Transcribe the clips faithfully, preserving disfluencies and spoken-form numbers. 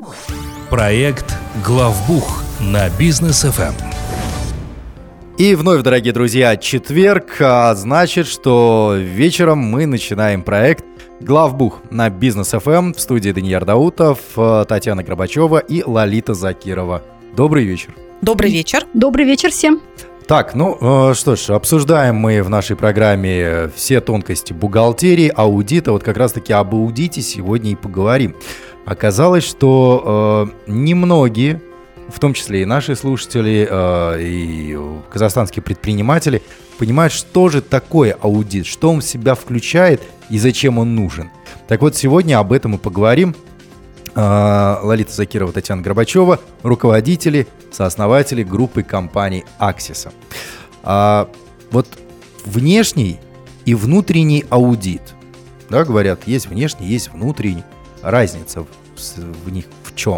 Проект «Главбух» на Бизнес эф эм. И вновь, дорогие друзья, четверг, а значит, что вечером мы начинаем проект «Главбух» на Бизнес эф эм. В студии Данияр Даутов, Татьяна Горбачева и Лолита Закирова. Добрый вечер. Добрый вечер. Добрый вечер всем. Так, ну что ж, обсуждаем мы в нашей программе все тонкости бухгалтерии, аудита. Вот как раз-таки об аудите сегодня и поговорим. Оказалось, что э, немногие, в том числе и наши слушатели, э, и казахстанские предприниматели, понимают, что же такое аудит, что он в себя включает и зачем он нужен. Так вот, сегодня об этом и поговорим. Э, Лолита Закирова, Татьяна Горбачева, руководители, сооснователи группы компаний Аксиса. А, вот внешний и внутренний аудит. Да, говорят, есть внешний, есть внутренний. Разница в, в них в чем?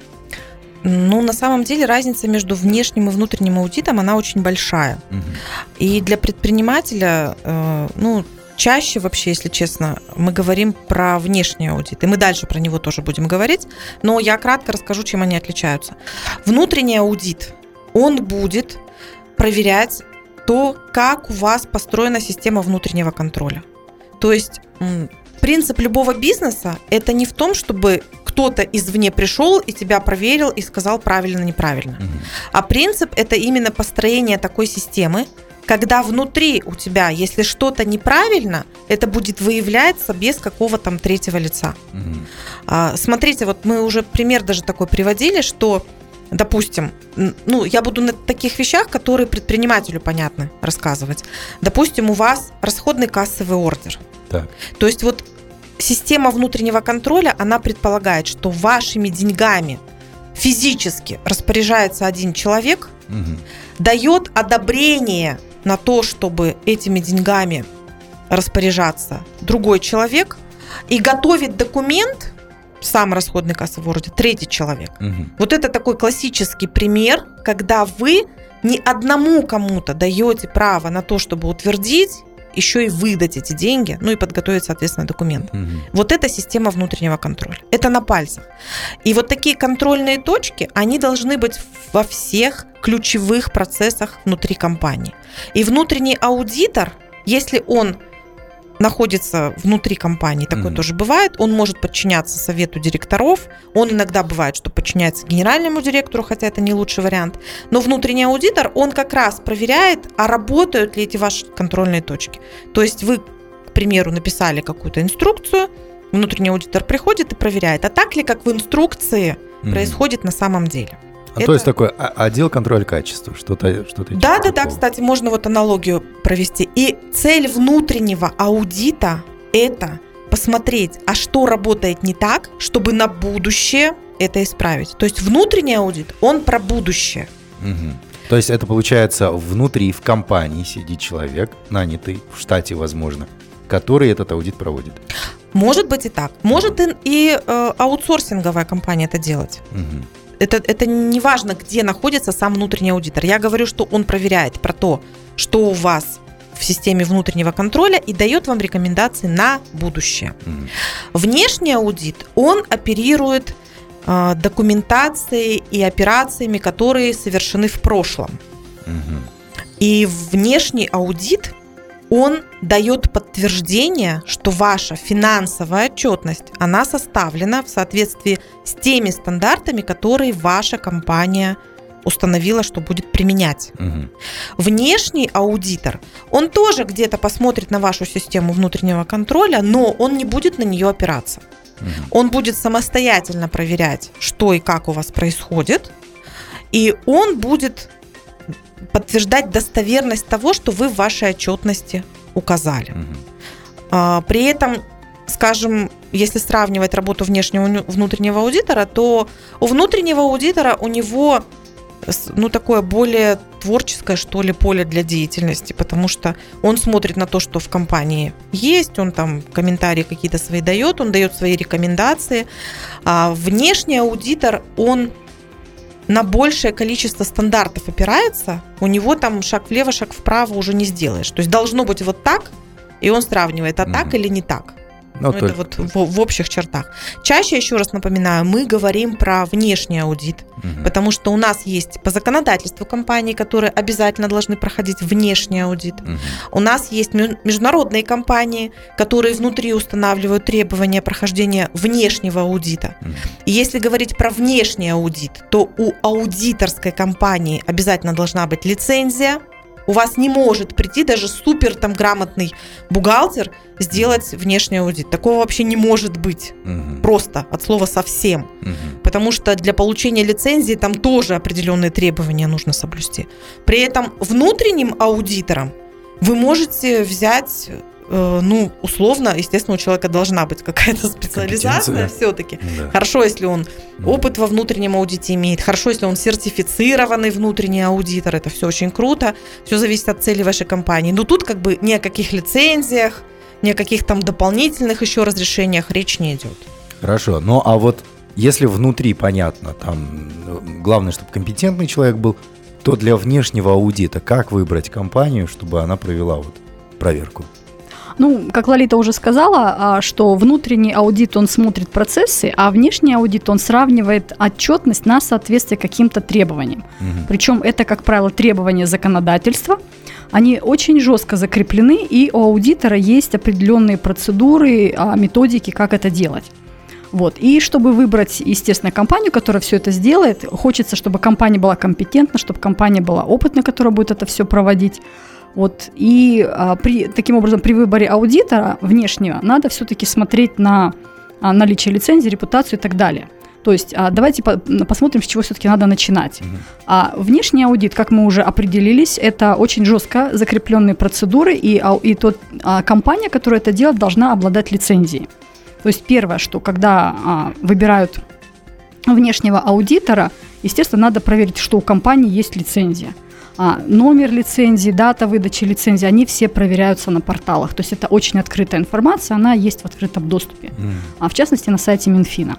Ну, на самом деле разница между внешним и внутренним аудитом, она очень большая. Угу. И для предпринимателя, э, ну, чаще вообще, если честно, мы говорим про внешний аудит. И мы дальше про него тоже будем говорить. Но я кратко расскажу, чем они отличаются. Внутренний аудит, он будет проверять то, как у вас построена система внутреннего контроля. То есть принцип любого бизнеса – это не в том, чтобы кто-то извне пришел и тебя проверил и сказал правильно-неправильно. Угу. А принцип – это именно построение такой системы, когда внутри у тебя, если что-то неправильно, это будет выявляться без какого там третьего лица. Угу. А, смотрите, вот мы уже пример даже такой приводили, что, допустим, ну, я буду на таких вещах, которые предпринимателю понятны, рассказывать. Допустим, у вас расходный кассовый ордер. Так. То есть вот система внутреннего контроля, она предполагает, что вашими деньгами физически распоряжается один человек, угу. дает одобрение на то, чтобы этими деньгами распоряжаться другой человек, и готовит документ, сам расходный кассовый ордер, третий человек. Угу. Вот это такой классический пример, когда вы не одному кому-то даете право на то, чтобы утвердить, еще и выдать эти деньги, ну и подготовить, соответственно, документ. Угу. Вот это система внутреннего контроля. Это на пальцах. И вот такие контрольные точки, они должны быть во всех ключевых процессах внутри компании. И внутренний аудитор, если он находится внутри компании, такое mm-hmm. тоже бывает, он может подчиняться совету директоров, он иногда бывает, что подчиняется генеральному директору, хотя это не лучший вариант, но внутренний аудитор, он как раз проверяет, а работают ли эти ваши контрольные точки. То есть вы, к примеру, написали какую-то инструкцию, внутренний аудитор приходит и проверяет, а так ли, как в инструкции, mm-hmm. происходит на самом деле. А это... То есть такой отдел контроля качества, что-то, что-то. Да, да, да, кстати, можно вот аналогию провести. И цель внутреннего аудита – это посмотреть, а что работает не так, чтобы на будущее это исправить. То есть внутренний аудит, он про будущее. Угу. То есть это получается внутри, в компании сидит человек, нанятый в штате, возможно, который этот аудит проводит. Может быть и так. Может и, и э, аутсорсинговая компания это делать. Угу. Это, это не важно, где находится сам внутренний аудитор. Я говорю, что он проверяет про то, что у вас в системе внутреннего контроля и дает вам рекомендации на будущее. Mm-hmm. Внешний аудит, он оперирует э, документацией и операциями, которые совершены в прошлом. Mm-hmm. И внешний аудит, он дает подтверждение, что ваша финансовая отчетность, она составлена в соответствии с теми стандартами, которые ваша компания установила, что будет применять. Угу. Внешний аудитор, он тоже где-то посмотрит на вашу систему внутреннего контроля, но он не будет на нее опираться. Угу. Он будет самостоятельно проверять, что и как у вас происходит, и он будет подтверждать достоверность того, что вы в вашей отчетности указали. Угу. При этом, скажем, если сравнивать работу внешнего и внутреннего аудитора, то у внутреннего аудитора у него ну, такое более творческое, что ли, поле для деятельности, потому что он смотрит на то, что в компании есть, он там комментарии какие-то свои дает, он дает свои рекомендации. А внешний аудитор, он на большее количество стандартов опирается, у него там шаг влево, шаг вправо уже не сделаешь. То есть должно быть вот так, и он сравнивает, а mm-hmm. так или не так. Ну, ну, это вот в, в общих чертах. Чаще, еще раз напоминаю, мы говорим про внешний аудит, угу. потому что у нас есть по законодательству компании, которые обязательно должны проходить внешний аудит. Угу. У нас есть международные компании, которые внутри устанавливают требования прохождения внешнего аудита. Угу. И если говорить про внешний аудит, то у аудиторской компании обязательно должна быть лицензия. У вас не может прийти даже супер там грамотный бухгалтер сделать внешний аудит. Такого вообще не может быть. Угу. Просто от слова совсем. Угу. Потому что для получения лицензии там тоже определенные требования нужно соблюсти. При этом внутренним аудитором вы можете взять... Ну, условно, естественно, у человека должна быть какая-то специализация все-таки. Да. Хорошо, если он опыт во внутреннем аудите имеет, хорошо, если он сертифицированный внутренний аудитор, это все очень круто, все зависит от цели вашей компании. Но тут как бы ни о каких лицензиях, ни о каких там дополнительных еще разрешениях речь не идет. Хорошо, ну а вот если внутри понятно, там главное, чтобы компетентный человек был, то для внешнего аудита как выбрать компанию, чтобы она провела вот проверку? Ну, как Лолита уже сказала, что внутренний аудит, он смотрит процессы, а внешний аудит, он сравнивает отчетность на соответствие каким-то требованиям. Угу. Причем это, как правило, требования законодательства. Они очень жестко закреплены, и у аудитора есть определенные процедуры, методики, как это делать. Вот. И чтобы выбрать, естественно, компанию, которая все это сделает, хочется, чтобы компания была компетентна, чтобы компания была опытна, которая будет это все проводить. Вот. И а, при, таким образом при выборе аудитора внешнего надо все-таки смотреть на а, наличие лицензии, репутацию и так далее. То есть а, давайте по, посмотрим, с чего все-таки надо начинать. Угу. А, внешний аудит, как мы уже определились, это очень жестко закрепленные процедуры, и, а, и тот, а, компания, которая это делает, должна обладать лицензией. То есть первое, что когда а, выбирают внешнего аудитора, естественно, надо проверить, что у компании есть лицензия. А, номер лицензии, дата выдачи лицензии, они все проверяются на порталах. То есть это очень открытая информация, она есть в открытом доступе, mm. а в частности на сайте Минфина.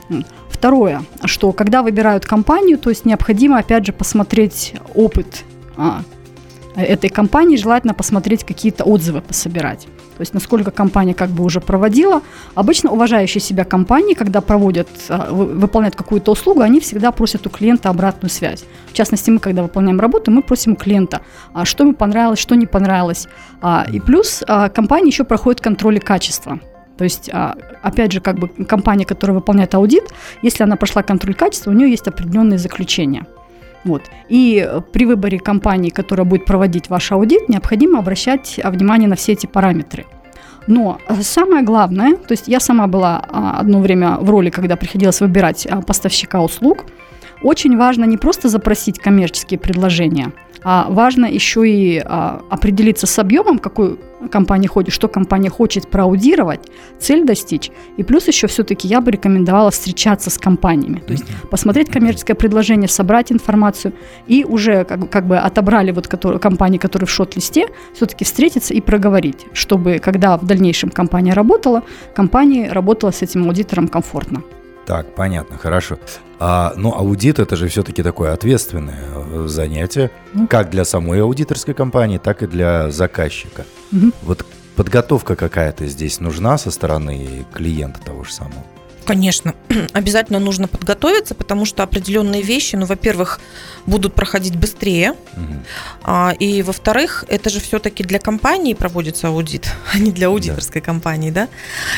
Второе, что когда выбирают компанию, то есть необходимо опять же посмотреть опыт а, этой компании, желательно посмотреть какие-то отзывы, пособирать. То есть насколько компания как бы уже проводила. Обычно уважающие себя компании, когда проводят, выполняют какую-то услугу, они всегда просят у клиента обратную связь. В частности, мы, когда выполняем работу, мы просим у клиента, что ему понравилось, что не понравилось. И плюс компания еще проходит контроль качества. То есть, опять же, как бы компания, которая выполняет аудит, если она прошла контроль качества, у нее есть определенные заключения. Вот. И при выборе компании, которая будет проводить ваш аудит, необходимо обращать внимание на все эти параметры. Но самое главное, то есть я сама была одно время в роли, когда приходилось выбирать поставщика услуг, очень важно не просто запросить коммерческие предложения, а важно еще и а, определиться с объемом, какой компания хочет, что компания хочет проаудировать, цель достичь. И плюс еще все-таки я бы рекомендовала встречаться с компаниями. То есть посмотреть коммерческое предложение, собрать информацию и уже как, как бы отобрали вот которые, компании, которые в шорт-листе, все-таки встретиться и проговорить, чтобы когда в дальнейшем компания работала, компания работала с этим аудитором комфортно. Так, понятно, хорошо. А, ну, аудит – это же все-таки такое ответственное занятие, mm. как для самой аудиторской компании, так и для заказчика. Mm-hmm. Вот подготовка какая-то здесь нужна со стороны клиента того же самого? Конечно, обязательно нужно подготовиться, потому что определенные вещи, ну, во-первых, будут проходить быстрее, угу. а, и, во-вторых, это же все-таки для компании проводится аудит, а не для аудиторской да. компании, да,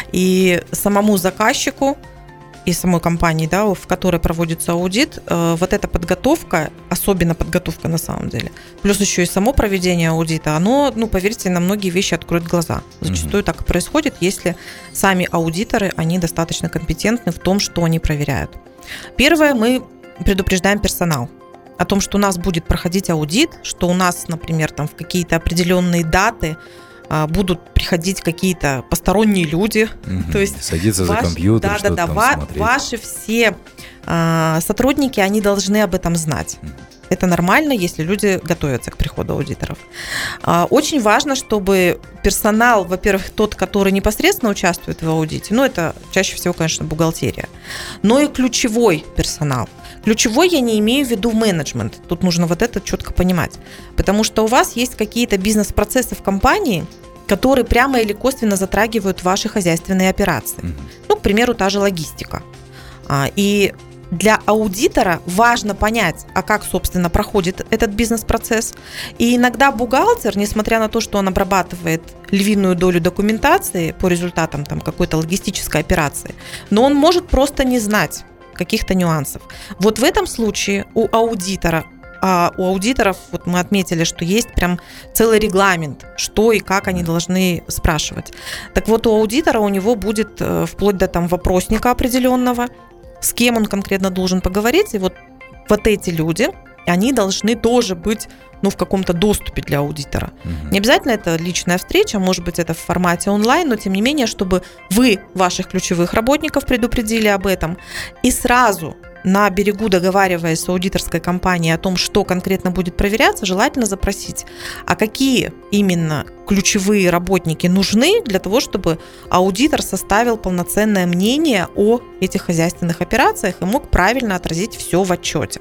и самому заказчику и самой компании, да, в которой проводится аудит, э, вот эта подготовка, особенно подготовка на самом деле, плюс еще и само проведение аудита, оно, ну, поверьте, на многие вещи откроет глаза. Зачастую mm-hmm. так и происходит, если сами аудиторы, они достаточно компетентны в том, что они проверяют. Первое, мы предупреждаем персонал о том, что у нас будет проходить аудит, что у нас, например, там в какие-то определенные даты будут приходить какие-то посторонние люди, mm-hmm. то есть садиться ваш, за компьютер, да, что-то да, там да, смотреть. Ваши все а, сотрудники, они должны об этом знать. Mm-hmm. Это нормально, если люди готовятся к приходу аудиторов. А, очень важно, чтобы персонал, во-первых, тот, который непосредственно участвует в аудите, ну, это чаще всего, конечно, бухгалтерия, но и ключевой персонал. Ключевой я не имею в виду менеджмент. Тут нужно вот это четко понимать. Потому что у вас есть какие-то бизнес-процессы в компании, которые прямо или косвенно затрагивают ваши хозяйственные операции. Mm-hmm. Ну, к примеру, та же логистика. И для аудитора важно понять, а как, собственно, проходит этот бизнес-процесс. И иногда бухгалтер, несмотря на то, что он обрабатывает львиную долю документации по результатам там, какой-то логистической операции, но он может просто не знать каких-то нюансов. Вот в этом случае у аудитора, а у аудиторов, вот мы отметили, что есть прям целый регламент, что и как они должны спрашивать. Так вот, у аудитора у него будет вплоть до там вопросника определенного, с кем он конкретно должен поговорить, и вот, вот эти люди, они должны тоже быть ну, в каком-то доступе для аудитора. Угу. Не обязательно это личная встреча, может быть, это в формате онлайн, но тем не менее, чтобы вы ваших ключевых работников предупредили об этом, и сразу на берегу, договариваясь с аудиторской компанией о том, что конкретно будет проверяться, желательно запросить, а какие именно ключевые работники нужны для того, чтобы аудитор составил полноценное мнение о этих хозяйственных операциях и мог правильно отразить все в отчете.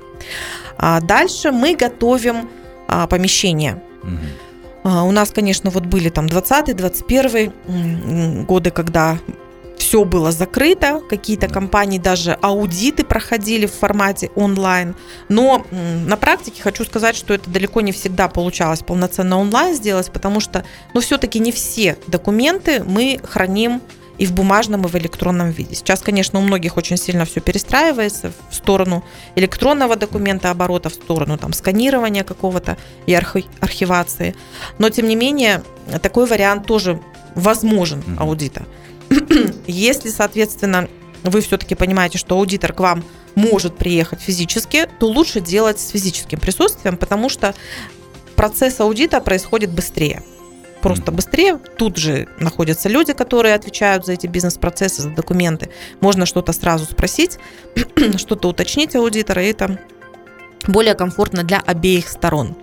Дальше мы готовим помещение. Угу. У нас, конечно, вот были там двадцатый, двадцать первый годы, когда все было закрыто, какие-то компании даже аудиты проходили в формате онлайн, но на практике хочу сказать, что это далеко не всегда получалось полноценно онлайн сделать, потому что, ну, все-таки не все документы мы храним и в бумажном, и в электронном виде. Сейчас, конечно, у многих очень сильно все перестраивается в сторону электронного документа оборота, в сторону там, сканирования какого-то и архи- архивации, но, тем не менее, такой вариант тоже возможен аудита. Если, соответственно, вы все-таки понимаете, что аудитор к вам может приехать физически, то лучше делать с физическим присутствием, потому что процесс аудита происходит быстрее. Просто быстрее. Тут же находятся люди, которые отвечают за эти бизнес-процессы, за документы. Можно что-то сразу спросить, что-то уточнить аудитора, и это более комфортно для обеих сторон.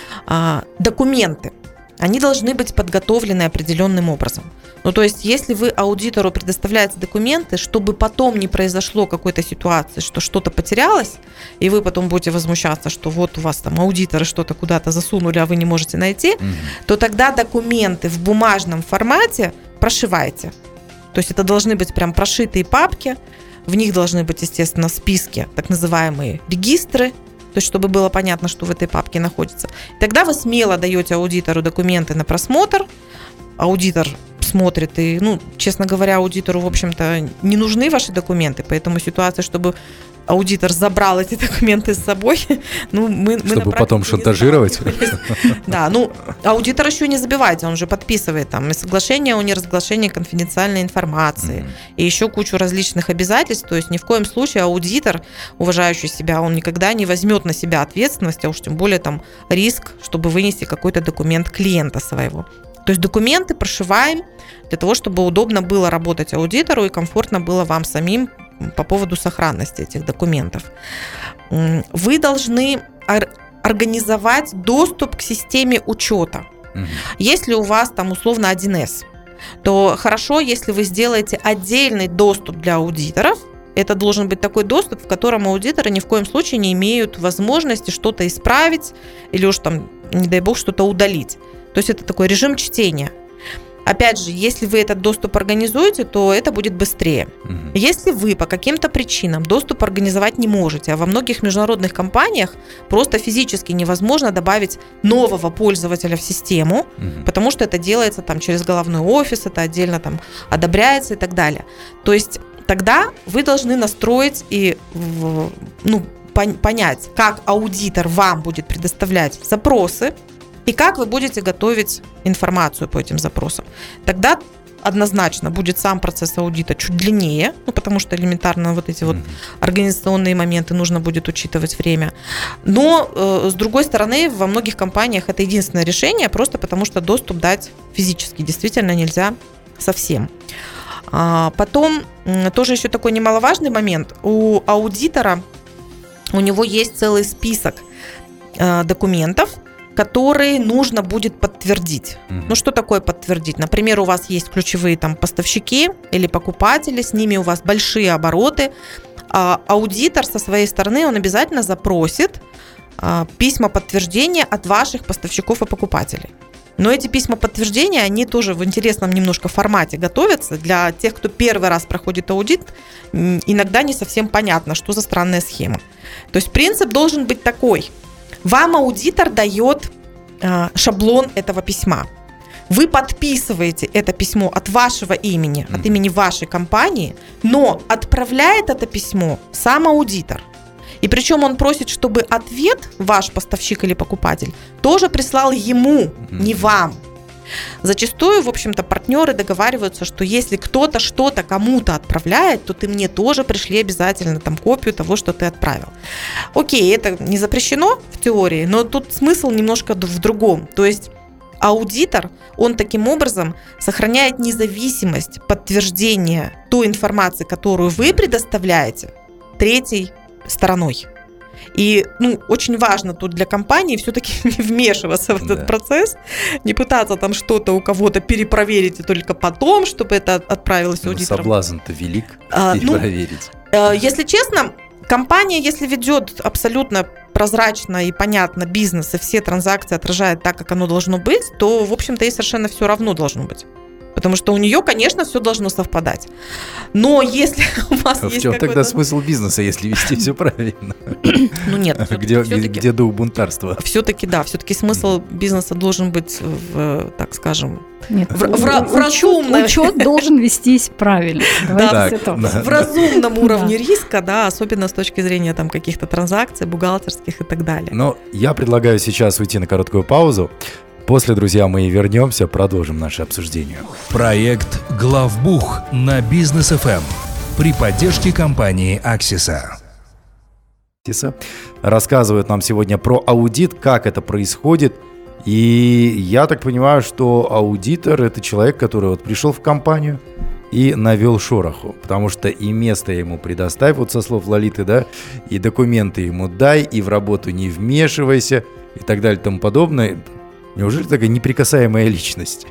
Документы. Они должны быть подготовлены определенным образом. Ну, то есть, если вы аудитору предоставляете документы, чтобы потом не произошло какой-то ситуации, что что-то потерялось, и вы потом будете возмущаться, что вот у вас там аудиторы что-то куда-то засунули, а вы не можете найти, mm-hmm. то тогда документы в бумажном формате прошивайте. То есть, это должны быть прям прошитые папки, в них должны быть, естественно, списки, так называемые регистры, то есть, чтобы было понятно, что в этой папке находится. Тогда вы смело даете аудитору документы на просмотр, аудитор смотрит, и, ну, честно говоря, аудитору, в общем-то, не нужны ваши документы, поэтому ситуация, чтобы аудитор забрал эти документы с собой, ну, мы, мы чтобы потом шантажировать. Да, ну, аудитор еще не забивайте, он же подписывает там и соглашение о неразглашении конфиденциальной информации, mm-hmm. и еще кучу различных обязательств, то есть ни в коем случае аудитор, уважающий себя, он никогда не возьмет на себя ответственность, а уж тем более там риск, чтобы вынести какой-то документ клиента своего. То есть документы прошиваем для того, чтобы удобно было работать аудитору и комфортно было вам самим по поводу сохранности этих документов. Вы должны организовать доступ к системе учета. Угу. Если у вас там условно один эс, то хорошо, если вы сделаете отдельный доступ для аудиторов. Это должен быть такой доступ, в котором аудиторы ни в коем случае не имеют возможности что-то исправить или уж там, не дай бог, что-то удалить. То есть это такой режим чтения. Опять же, если вы этот доступ организуете, то это будет быстрее. Угу. Если вы по каким-то причинам доступ организовать не можете, а во многих международных компаниях просто физически невозможно добавить нового пользователя в систему, угу. потому что это делается там через головной офис, это отдельно там одобряется и так далее. То есть тогда вы должны настроить и ну, понять, как аудитор вам будет предоставлять запросы, и как вы будете готовить информацию по этим запросам. Тогда однозначно будет сам процесс аудита чуть длиннее, ну, потому что элементарно вот эти вот организационные моменты нужно будет учитывать время. Но, э, с другой стороны, во многих компаниях это единственное решение, просто потому что доступ дать физически действительно нельзя совсем. А потом, тоже еще такой немаловажный момент. У аудитора, у него есть целый список э, документов, которые нужно будет подтвердить. Mm-hmm. Ну, что такое подтвердить? Например, у вас есть ключевые там поставщики или покупатели, с ними у вас большие обороты. А аудитор со своей стороны, он обязательно запросит а, письма подтверждения от ваших поставщиков и покупателей. Но эти письма подтверждения, они тоже в интересном немножко формате готовятся. Для тех, кто первый раз проходит аудит, иногда не совсем понятно, что за странная схема. То есть принцип должен быть такой. Вам аудитор дает э, шаблон этого письма. Вы подписываете это письмо от вашего имени, от имени вашей компании, но отправляет это письмо сам аудитор. И причем он просит, чтобы ответ ваш поставщик или покупатель тоже прислал ему, не вам. Зачастую, в общем-то, партнеры договариваются, что если кто-то что-то кому-то отправляет, то ты мне тоже пришли обязательно там копию того, что ты отправил. Окей, это не запрещено в теории, но тут смысл немножко в другом. То есть аудитор, он таким образом сохраняет независимость подтверждения той информации, которую вы предоставляете третьей стороной. И ну, очень важно тут для компании все-таки не вмешиваться в этот да. процесс, не пытаться там что-то у кого-то перепроверить и только потом, чтобы это отправилось ну, аудиторам. Соблазн-то велик а, перепроверить. Ну, если честно, компания, если ведет абсолютно прозрачно и понятно бизнес, и все транзакции отражает так, как оно должно быть, то, в общем-то, ей совершенно все равно должно быть. Потому что у нее, конечно, все должно совпадать. Но если у вас а есть в чем какой-то... тогда смысл бизнеса, если вести все правильно? Ну нет. Где, где дух бунтарства? Все-таки, да, все-таки смысл бизнеса должен быть, в, так скажем, нет, в, в, в разумном... Учет должен вестись правильно. Да, в разумном уровне риска, да, особенно с точки зрения там каких-то транзакций, бухгалтерских и так далее. Но я предлагаю сейчас уйти на короткую паузу. После, друзья, мы вернемся, продолжим наше обсуждение. Проект «Главбух» на Бизнес эф эм при поддержке компании «Аксиса». Рассказывают нам сегодня про аудит, как это происходит. И я так понимаю, что аудитор – это человек, который вот пришел в компанию и навел шороху. Потому что и место ему предоставь, вот со слов Лолиты, да, и документы ему дай, и в работу не вмешивайся, и так далее и тому подобное. Неужели такая неприкасаемая личность?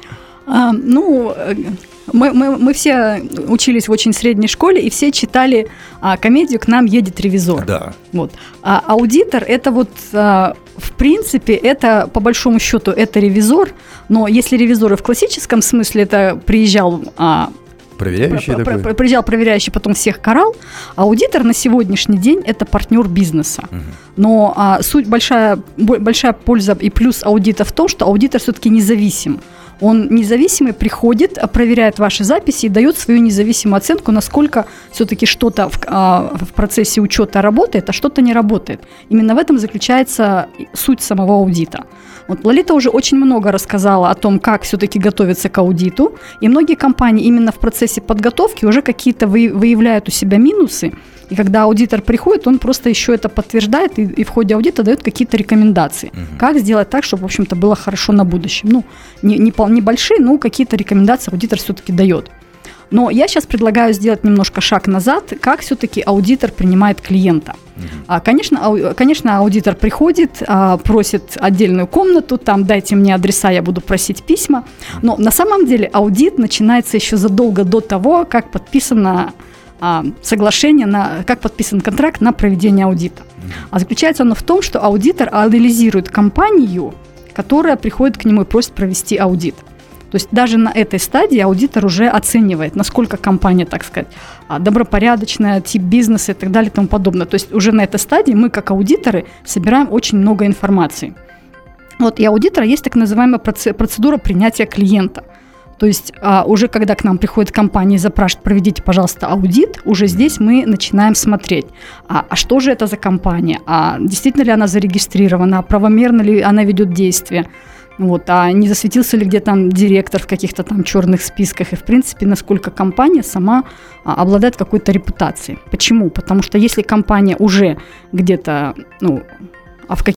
А, ну, мы, мы, мы все учились в очень средней школе, и все читали а, комедию «К нам едет ревизор». Да. Вот. А аудитор – это вот, а, в принципе, это, по большому счету, это ревизор, но если ревизор в классическом смысле, это приезжал… А, Проверяющий про, такой? Про, приезжал проверяющий, потом всех карал. Аудитор на сегодняшний день – это партнер бизнеса. Угу. Но а, суть большая, большая польза и плюс аудита в том, что аудитор все-таки независим. Он независимый, приходит, проверяет ваши записи и дает свою независимую оценку, насколько все-таки что-то в, а, в процессе учета работает, а что-то не работает. Именно в этом заключается суть самого аудита. Вот Лолита уже очень много рассказала о том, как все-таки готовиться к аудиту, и многие компании именно в процессе подготовки уже какие-то выявляют у себя минусы, и когда аудитор приходит, он просто еще это подтверждает и, и в ходе аудита дает какие-то рекомендации, угу. как сделать так, чтобы, в общем-то, было хорошо на будущем. Ну, не, не, не большие, но какие-то рекомендации аудитор все-таки дает. Но я сейчас предлагаю сделать немножко шаг назад, как все-таки аудитор принимает клиента. Mm-hmm. Конечно, ау, конечно, аудитор приходит, просит отдельную комнату, там дайте мне адреса, я буду просить письма. Но на самом деле аудит начинается еще задолго до того, как подписано соглашение, на, как подписан контракт на проведение аудита. Mm-hmm. А заключается оно в том, что аудитор анализирует компанию, которая приходит к нему и просит провести аудит. То есть даже на этой стадии аудитор уже оценивает, насколько компания, так сказать, добропорядочная, тип бизнеса и так далее и тому подобное. То есть уже на этой стадии мы, как аудиторы, собираем очень много информации. Вот, и аудитора есть так называемая процедура принятия клиента. То есть а, уже когда к нам приходит компания и запрашивает, проведите, пожалуйста, аудит, уже здесь мы начинаем смотреть, а, а что же это за компания, а действительно ли она зарегистрирована, а правомерно ли она ведет действия. Вот, а не засветился ли где там директор в каких-то там черных списках, и, в принципе, насколько компания сама а, обладает какой-то репутацией. Почему? Потому что если компания уже где-то, ну, а в каких